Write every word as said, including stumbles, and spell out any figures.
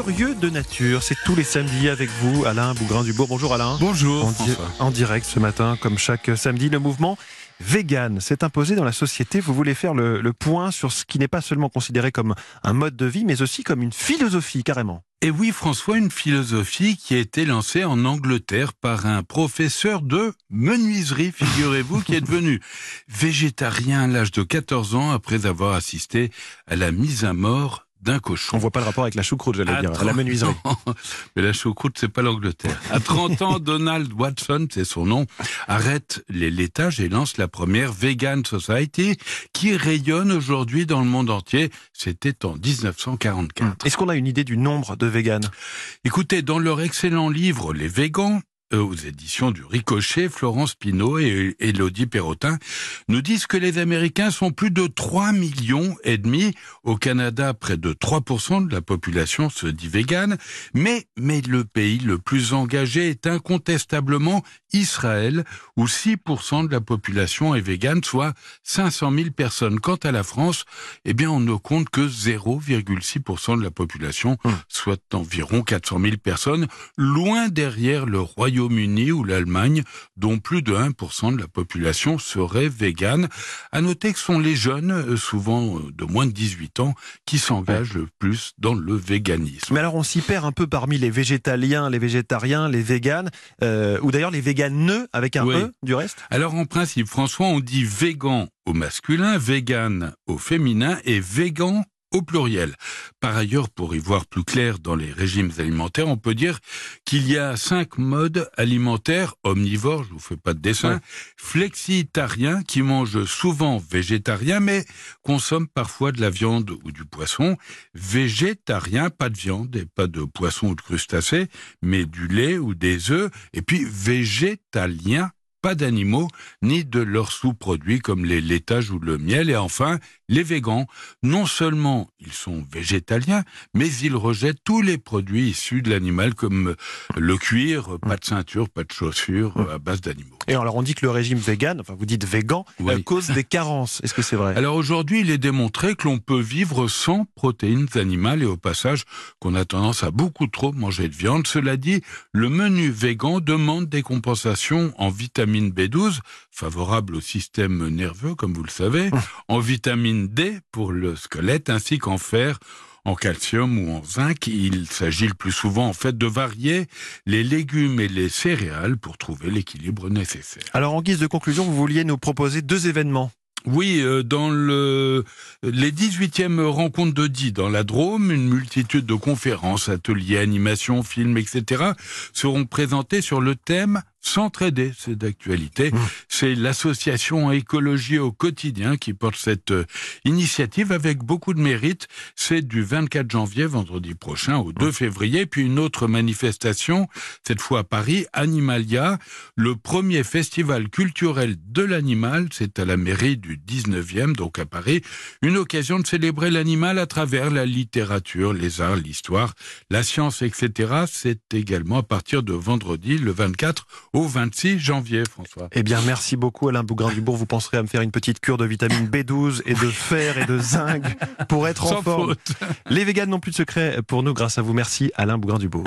Curieux de nature, c'est tous les samedis avec vous, Alain Bougrain-Dubourg. Bonjour Alain. Bonjour en, di- en direct ce matin, comme chaque samedi, le mouvement vegan s'est imposé dans la société. Vous voulez faire le, le point sur ce qui n'est pas seulement considéré comme un mode de vie, mais aussi comme une philosophie, carrément. Et oui, François, une philosophie qui a été lancée en Angleterre par un professeur de menuiserie, figurez-vous, qui est devenu végétarien à l'âge de quatorze ans après avoir assisté à la mise à mort d'un cochon. On voit pas le rapport avec la choucroute, j'allais À dire, trente à la menuiserie. Mais la choucroute, c'est pas l'Angleterre. À trente ans, Donald Watson, c'est son nom, arrête les laitages et lance la première Vegan Society qui rayonne aujourd'hui dans le monde entier. C'était en dix-neuf cent quarante-quatre. Est-ce qu'on a une idée du nombre de véganes ? Écoutez, dans leur excellent livre « Les Végans », aux éditions du Ricochet, Florence Pinault et Élodie Perrotin nous disent que les Américains sont plus de trois millions et demi. Au Canada, près de trois pour cent de la population se dit végane. Mais, mais le pays le plus engagé est incontestablement Israël, où six pour cent de la population est végane, soit cinq cent mille personnes. Quant à la France, eh bien, on ne compte que zéro virgule six pour cent de la population, mmh. soit environ quatre cent mille personnes, loin derrière le Royaume Royaume-Uni ou l'Allemagne, dont plus de un pour cent de la population serait végane. À noter que ce sont les jeunes, souvent de moins de dix-huit ans, qui s'engagent le plus dans le véganisme. Mais alors on s'y perd un peu parmi les végétaliens, les végétariens, les véganes, euh, ou d'ailleurs les véganeux avec un oui. E du reste. Alors en principe, François, on dit végan au masculin, végane au féminin et végan au pluriel. Par ailleurs, pour y voir plus clair dans les régimes alimentaires, on peut dire qu'il y a cinq modes alimentaires omnivores, je vous fais pas de dessin, ouais. Flexitariens qui mangent souvent végétarien, mais consomment parfois de la viande ou du poisson. Végétarien, pas de viande et pas de poisson ou de crustacés, mais du lait ou des œufs. Et puis végétalien, pas d'animaux, ni de leurs sous-produits comme les laitages ou le miel. Et enfin, les végans, non seulement ils sont végétaliens, mais ils rejettent tous les produits issus de l'animal comme le cuir, pas de ceinture, pas de chaussures à base d'animaux. Et alors on dit que le régime vegan, enfin vous dites végan, oui. euh, cause des carences. Est-ce que c'est vrai ? Alors aujourd'hui, il est démontré que l'on peut vivre sans protéines animales et au passage qu'on a tendance à beaucoup trop manger de viande. Cela dit, le menu végan demande des compensations en vitamine B douze, favorable au système nerveux, comme vous le savez, en vitamine D pour le squelette, ainsi qu'en fer, en calcium ou en zinc. Il s'agit le plus souvent en fait de varier les légumes et les céréales pour trouver l'équilibre nécessaire. Alors en guise de conclusion, vous vouliez nous proposer deux événements. Oui, euh, dans le, les dix-huitièmes rencontres de Die dans la Drôme, une multitude de conférences, ateliers, animations, films, et cetera seront présentés sur le thème S'entraider, c'est d'actualité. Mmh. C'est l'association Écologie au quotidien qui porte cette euh, initiative avec beaucoup de mérite. C'est du vingt-quatre janvier, vendredi prochain, au deux février. Puis une autre manifestation, cette fois à Paris, Animalia, le premier festival culturel de l'animal. C'est à la mairie du dix-neuvième, donc à Paris. Une occasion de célébrer l'animal à travers la littérature, les arts, l'histoire, la science, et cetera. C'est également à partir de vendredi, le vingt-quatre au vingt-six janvier, François. Eh bien, merci beaucoup Alain Bougrain-Dubourg. Vous penserez à me faire une petite cure de vitamine B douze et de fer et de zinc pour être Sans en forme. Faute. Les véganes n'ont plus de secret pour nous grâce à vous. Merci Alain Bougrain-Dubourg.